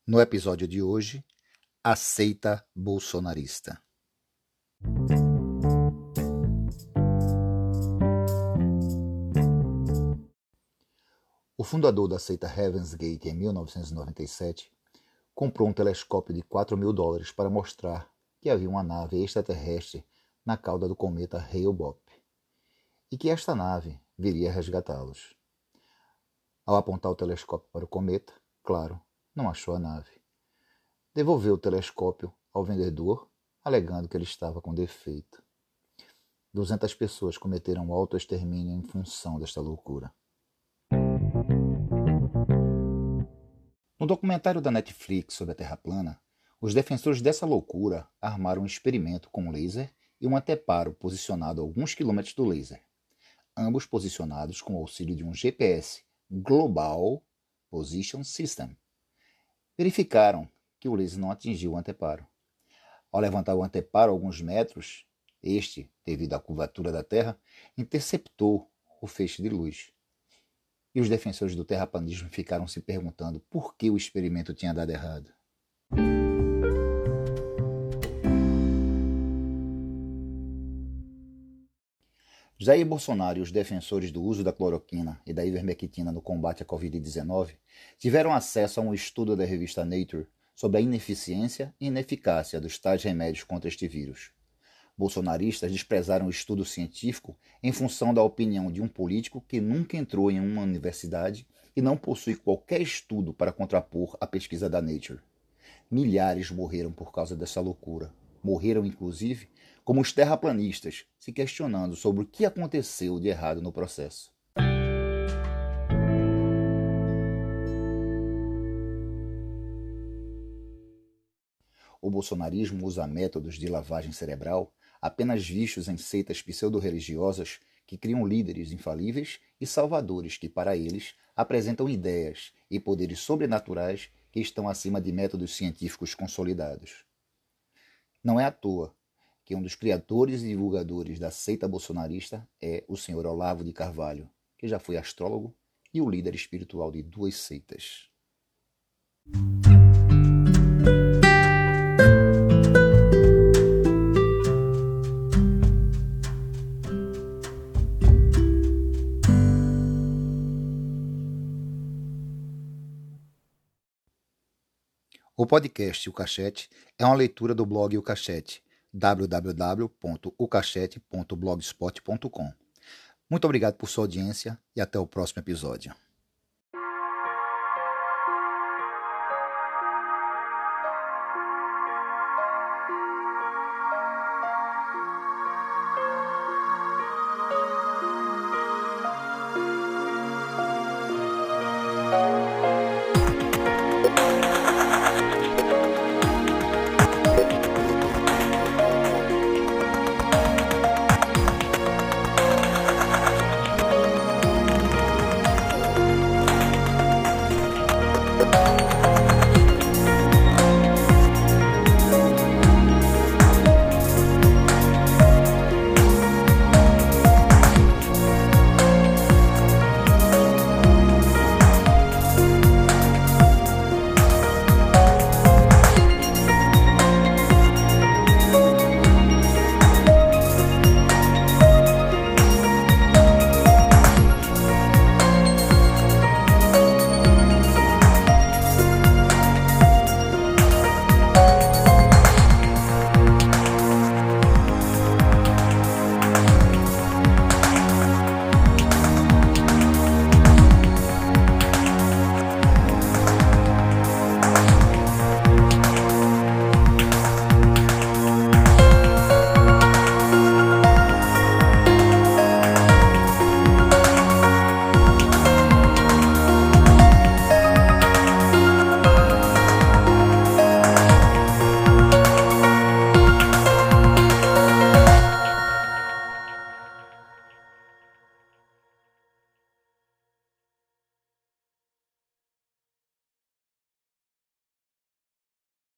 No episódio de hoje, a seita bolsonarista. O fundador da seita Heaven's Gate em 1997 comprou um telescópio de $4.000 para mostrar que havia uma nave extraterrestre na cauda do cometa Hale-Bopp e que esta nave viria resgatá-los. Ao apontar o telescópio para o cometa, claro, não achou a nave. Devolveu o telescópio ao vendedor, alegando que ele estava com defeito. 200 pessoas cometeram autoextermínio em função desta loucura. No documentário da Netflix sobre a Terra plana, os defensores dessa loucura armaram um experimento com um laser e um anteparo posicionado a alguns quilômetros do laser, ambos posicionados com o auxílio de um GPS Global Position System. Verificaram que o laser não atingiu o anteparo. Ao levantar o anteparo alguns metros, este, devido à curvatura da Terra, interceptou o feixe de luz. E os defensores do terraplanismo ficaram se perguntando por que o experimento tinha dado errado. Jair Bolsonaro e os defensores do uso da cloroquina e da ivermectina no combate à Covid-19 tiveram acesso a um estudo da revista Nature sobre a ineficiência e ineficácia dos tais remédios contra este vírus. Bolsonaristas desprezaram o estudo científico em função da opinião de um político que nunca entrou em uma universidade e não possui qualquer estudo para contrapor a pesquisa da Nature. Milhares morreram por causa dessa loucura. Morreram, inclusive, como os terraplanistas, se questionando sobre o que aconteceu de errado no processo. O bolsonarismo usa métodos de lavagem cerebral apenas vistos em seitas pseudo-religiosas que criam líderes infalíveis e salvadores que, para eles, apresentam ideias e poderes sobrenaturais que estão acima de métodos científicos consolidados. Não é à toa que um dos criadores e divulgadores da seita bolsonarista é o Sr. Olavo de Carvalho, que já foi astrólogo e o líder espiritual de 2 seitas. O podcast O Cachete é uma leitura do blog O Cachete, www.ocachete.blogspot.com. Muito obrigado por sua audiência e até o próximo episódio.